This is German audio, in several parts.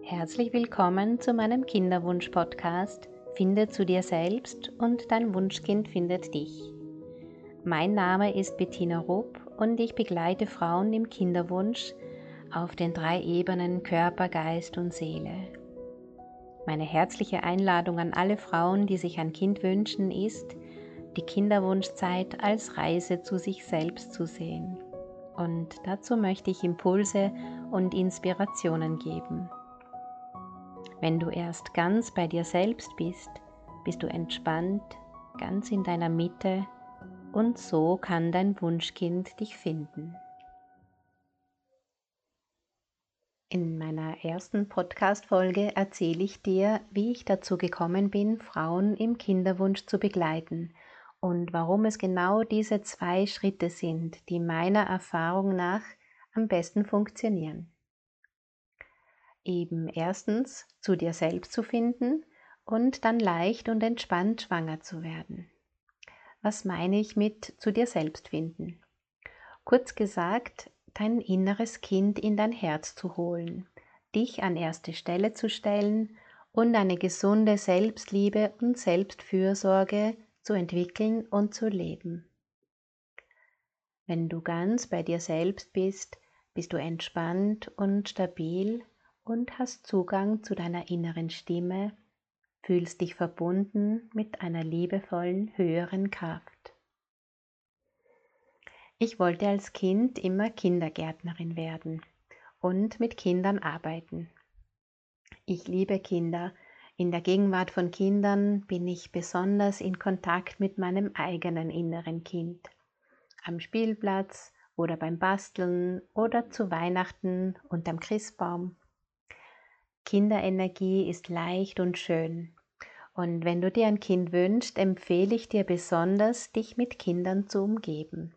Herzlich willkommen zu meinem Kinderwunsch-Podcast Finde zu dir selbst und dein Wunschkind findet dich. Mein Name ist Bettina Rupp und ich begleite Frauen im Kinderwunsch auf den 3 Ebenen Körper, Geist und Seele. Meine herzliche Einladung an alle Frauen, die sich ein Kind wünschen, ist, die Kinderwunschzeit als Reise zu sich selbst zu sehen. Und dazu möchte ich Impulse und Inspirationen geben. Wenn du erst ganz bei dir selbst bist, bist du entspannt, ganz in deiner Mitte und so kann dein Wunschkind dich finden. In meiner ersten Podcast-Folge erzähle ich dir, wie ich dazu gekommen bin, Frauen im Kinderwunsch zu begleiten und warum es genau diese 2 Schritte sind, die meiner Erfahrung nach am besten funktionieren. Eben erstens zu dir selbst zu finden und dann leicht und entspannt schwanger zu werden. Was meine ich mit zu dir selbst finden? Kurz gesagt, dein inneres Kind in dein Herz zu holen, dich an erste Stelle zu stellen und eine gesunde Selbstliebe und Selbstfürsorge zu entwickeln und zu leben. Wenn du ganz bei dir selbst bist, bist du entspannt und stabil und hast Zugang zu deiner inneren Stimme, fühlst dich verbunden mit einer liebevollen höheren Kraft. Ich wollte als Kind immer Kindergärtnerin werden und mit Kindern arbeiten. Ich liebe Kinder. In der Gegenwart von Kindern bin ich besonders in Kontakt mit meinem eigenen inneren Kind. Am Spielplatz oder beim Basteln oder zu Weihnachten unterm Christbaum. Kinderenergie ist leicht und schön. Und wenn du dir ein Kind wünschst, empfehle ich dir besonders, dich mit Kindern zu umgeben.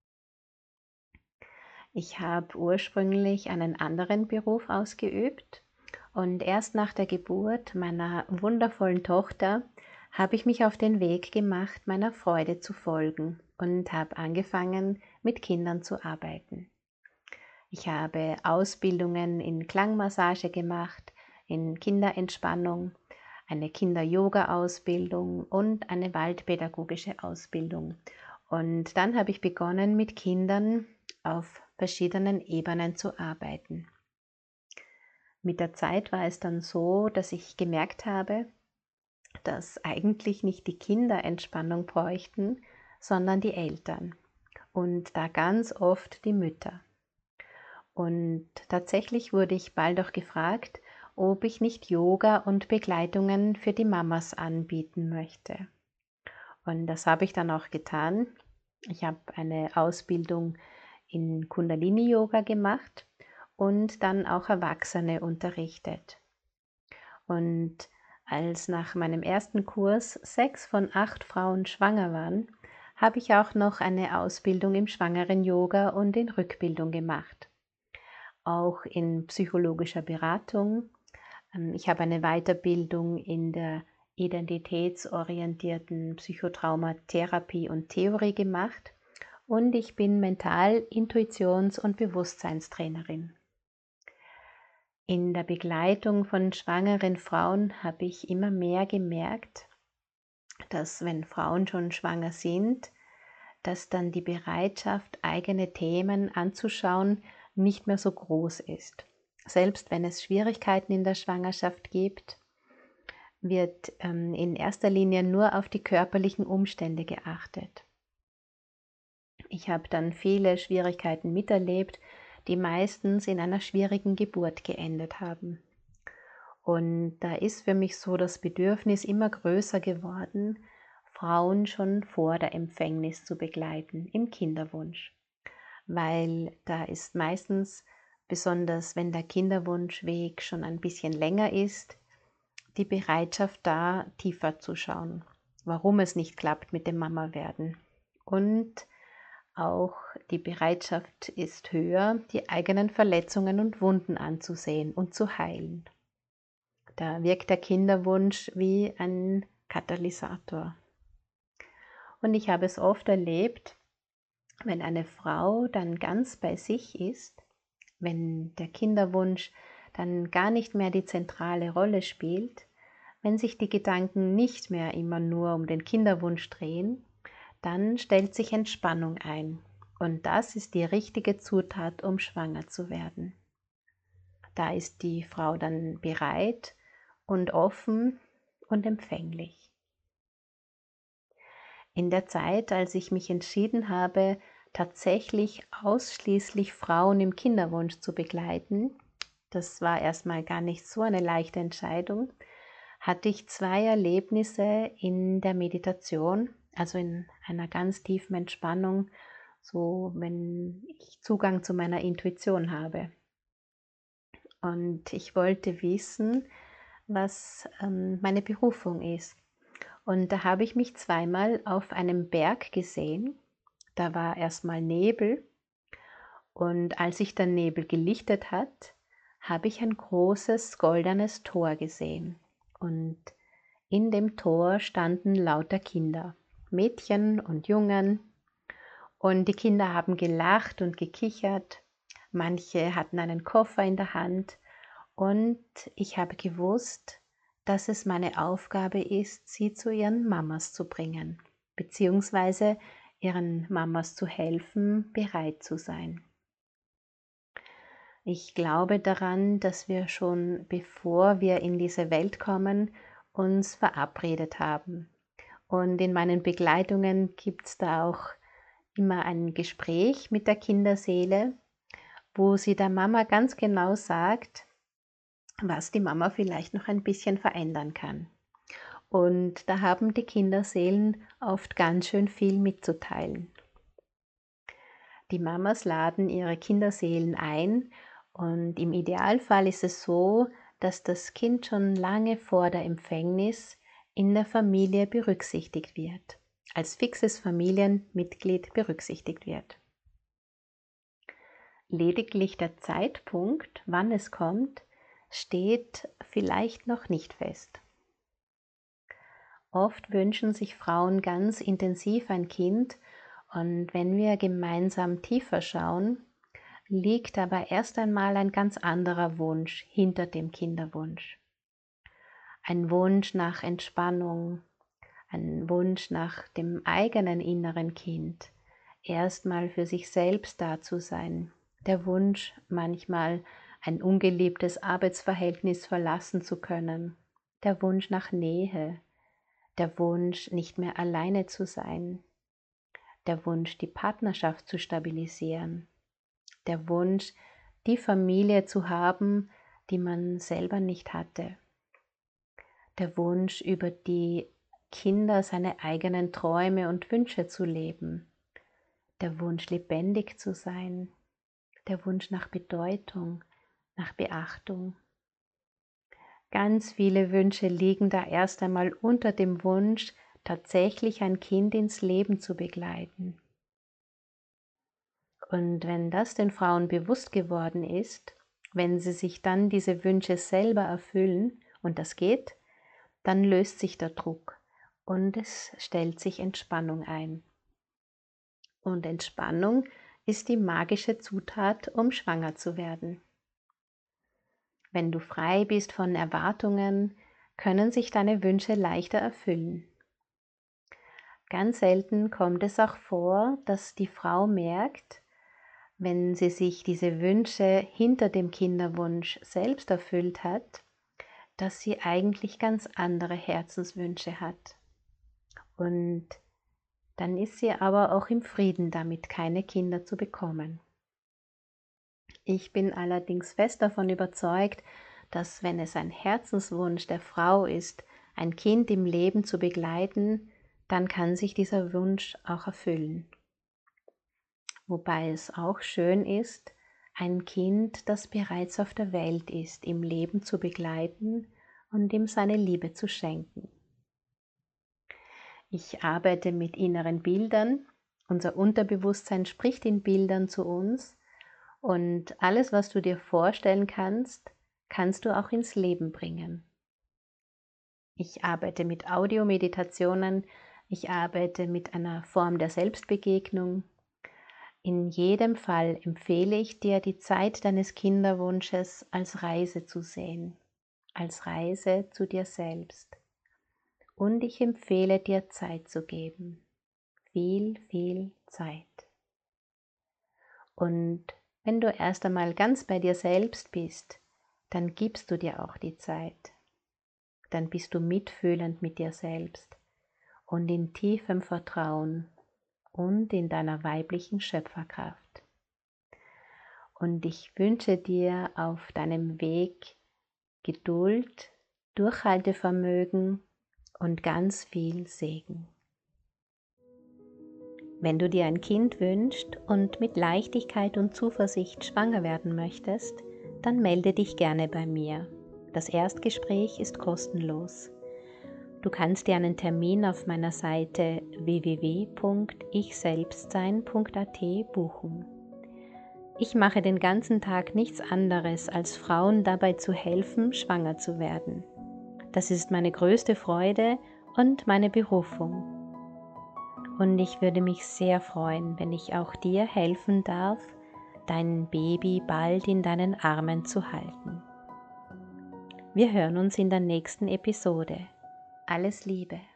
Ich habe ursprünglich einen anderen Beruf ausgeübt und erst nach der Geburt meiner wundervollen Tochter habe ich mich auf den Weg gemacht, meiner Freude zu folgen und habe angefangen, mit Kindern zu arbeiten. Ich habe Ausbildungen in Klangmassage gemacht, in Kinderentspannung, eine Kinder-Yoga-Ausbildung und eine waldpädagogische Ausbildung. Und dann habe ich begonnen, mit Kindern auf verschiedenen Ebenen zu arbeiten. Mit der Zeit war es dann so, dass ich gemerkt habe, dass eigentlich nicht die Kinder Entspannung bräuchten, sondern die Eltern und da ganz oft die Mütter. Und tatsächlich wurde ich bald auch gefragt, ob ich nicht Yoga und Begleitungen für die Mamas anbieten möchte. Und das habe ich dann auch getan. Ich habe eine Ausbildung in Kundalini-Yoga gemacht und dann auch Erwachsene unterrichtet. Und als nach meinem ersten Kurs 6 von 8 Frauen schwanger waren, habe ich auch noch eine Ausbildung im Schwangeren-Yoga und in Rückbildung gemacht. Auch in psychologischer Beratung. Ich habe eine Weiterbildung in der identitätsorientierten Psychotraumatherapie und Theorie gemacht und ich bin Mental-, Intuitions- und Bewusstseinstrainerin. In der Begleitung von schwangeren Frauen habe ich immer mehr gemerkt, dass wenn Frauen schon schwanger sind, dass dann die Bereitschaft, eigene Themen anzuschauen, nicht mehr so groß ist. Selbst wenn es Schwierigkeiten in der Schwangerschaft gibt, wird in erster Linie nur auf die körperlichen Umstände geachtet. Ich habe dann viele Schwierigkeiten miterlebt, die meistens in einer schwierigen Geburt geendet haben. Und da ist für mich so das Bedürfnis immer größer geworden, Frauen schon vor der Empfängnis zu begleiten, im Kinderwunsch. Weil da ist meistens, besonders wenn der Kinderwunschweg schon ein bisschen länger ist, die Bereitschaft da, tiefer zu schauen, warum es nicht klappt mit dem Mama-Werden. Und auch die Bereitschaft ist höher, die eigenen Verletzungen und Wunden anzusehen und zu heilen. Da wirkt der Kinderwunsch wie ein Katalysator. Und ich habe es oft erlebt, wenn eine Frau dann ganz bei sich ist, wenn der Kinderwunsch dann gar nicht mehr die zentrale Rolle spielt, wenn sich die Gedanken nicht mehr immer nur um den Kinderwunsch drehen, dann stellt sich Entspannung ein. Und das ist die richtige Zutat, um schwanger zu werden. Da ist die Frau dann bereit und offen und empfänglich. In der Zeit, als ich mich entschieden habe, tatsächlich ausschließlich Frauen im Kinderwunsch zu begleiten, das war erstmal gar nicht so eine leichte Entscheidung, hatte ich 2 Erlebnisse in der Meditation, also in einer ganz tiefen Entspannung, so wenn ich Zugang zu meiner Intuition habe. Und ich wollte wissen, was meine Berufung ist. Und da habe ich mich zweimal auf einem Berg gesehen. Da war erstmal Nebel und als sich der Nebel gelichtet hat, habe ich ein großes goldenes Tor gesehen. Und in dem Tor standen lauter Kinder, Mädchen und Jungen. Und die Kinder haben gelacht und gekichert. Manche hatten einen Koffer in der Hand. Und ich habe gewusst, dass es meine Aufgabe ist, sie zu ihren Mamas zu bringen, beziehungsweise ihren Mamas zu helfen, bereit zu sein. Ich glaube daran, dass wir schon bevor wir in diese Welt kommen, uns verabredet haben. Und in meinen Begleitungen gibt es da auch immer ein Gespräch mit der Kinderseele, wo sie der Mama ganz genau sagt, was die Mama vielleicht noch ein bisschen verändern kann. Und da haben die Kinderseelen oft ganz schön viel mitzuteilen. Die Mamas laden ihre Kinderseelen ein und im Idealfall ist es so, dass das Kind schon lange vor der Empfängnis in der Familie berücksichtigt wird, als fixes Familienmitglied berücksichtigt wird. Lediglich der Zeitpunkt, wann es kommt, steht vielleicht noch nicht fest. Oft wünschen sich Frauen ganz intensiv ein Kind und wenn wir gemeinsam tiefer schauen, liegt aber erst einmal ein ganz anderer Wunsch hinter dem Kinderwunsch. Ein Wunsch nach Entspannung, ein Wunsch nach dem eigenen inneren Kind, erstmal für sich selbst da zu sein. Der Wunsch, manchmal ein ungeliebtes Arbeitsverhältnis verlassen zu können. Der Wunsch nach Nähe. Der Wunsch, nicht mehr alleine zu sein. Der Wunsch, die Partnerschaft zu stabilisieren. Der Wunsch, die Familie zu haben, die man selber nicht hatte. Der Wunsch, über die Kinder seine eigenen Träume und Wünsche zu leben. Der Wunsch, lebendig zu sein. Der Wunsch nach Bedeutung, nach Beachtung. Ganz viele Wünsche liegen da erst einmal unter dem Wunsch, tatsächlich ein Kind ins Leben zu begleiten. Und wenn das den Frauen bewusst geworden ist, wenn sie sich dann diese Wünsche selber erfüllen, und das geht, dann löst sich der Druck und es stellt sich Entspannung ein. Und Entspannung ist die magische Zutat, um schwanger zu werden. Wenn du frei bist von Erwartungen, können sich deine Wünsche leichter erfüllen. Ganz selten kommt es auch vor, dass die Frau merkt, wenn sie sich diese Wünsche hinter dem Kinderwunsch selbst erfüllt hat, dass sie eigentlich ganz andere Herzenswünsche hat. Und dann ist sie aber auch im Frieden damit, keine Kinder zu bekommen. Ich bin allerdings fest davon überzeugt, dass wenn es ein Herzenswunsch der Frau ist, ein Kind im Leben zu begleiten, dann kann sich dieser Wunsch auch erfüllen. Wobei es auch schön ist, ein Kind, das bereits auf der Welt ist, im Leben zu begleiten und ihm seine Liebe zu schenken. Ich arbeite mit inneren Bildern. Unser Unterbewusstsein spricht in Bildern zu uns und alles, was du dir vorstellen kannst, kannst du auch ins Leben bringen. Ich arbeite mit Audiomeditationen, ich arbeite mit einer Form der Selbstbegegnung. In jedem Fall empfehle ich dir, die Zeit deines Kinderwunsches als Reise zu sehen, als Reise zu dir selbst. Und ich empfehle dir, Zeit zu geben. Viel, viel Zeit. Und wenn du erst einmal ganz bei dir selbst bist, dann gibst du dir auch die Zeit. Dann bist du mitfühlend mit dir selbst und in tiefem Vertrauen und in deiner weiblichen Schöpferkraft. Und ich wünsche dir auf deinem Weg Geduld, Durchhaltevermögen und ganz viel Segen. Wenn du dir ein Kind wünschst und mit Leichtigkeit und Zuversicht schwanger werden möchtest, dann melde dich gerne bei mir. Das Erstgespräch ist kostenlos. Du kannst dir einen Termin auf meiner Seite www.ichselbstsein.at buchen. Ich mache den ganzen Tag nichts anderes, als Frauen dabei zu helfen, schwanger zu werden. Das ist meine größte Freude und meine Berufung. Und ich würde mich sehr freuen, wenn ich auch dir helfen darf, dein Baby bald in deinen Armen zu halten. Wir hören uns in der nächsten Episode. Alles Liebe.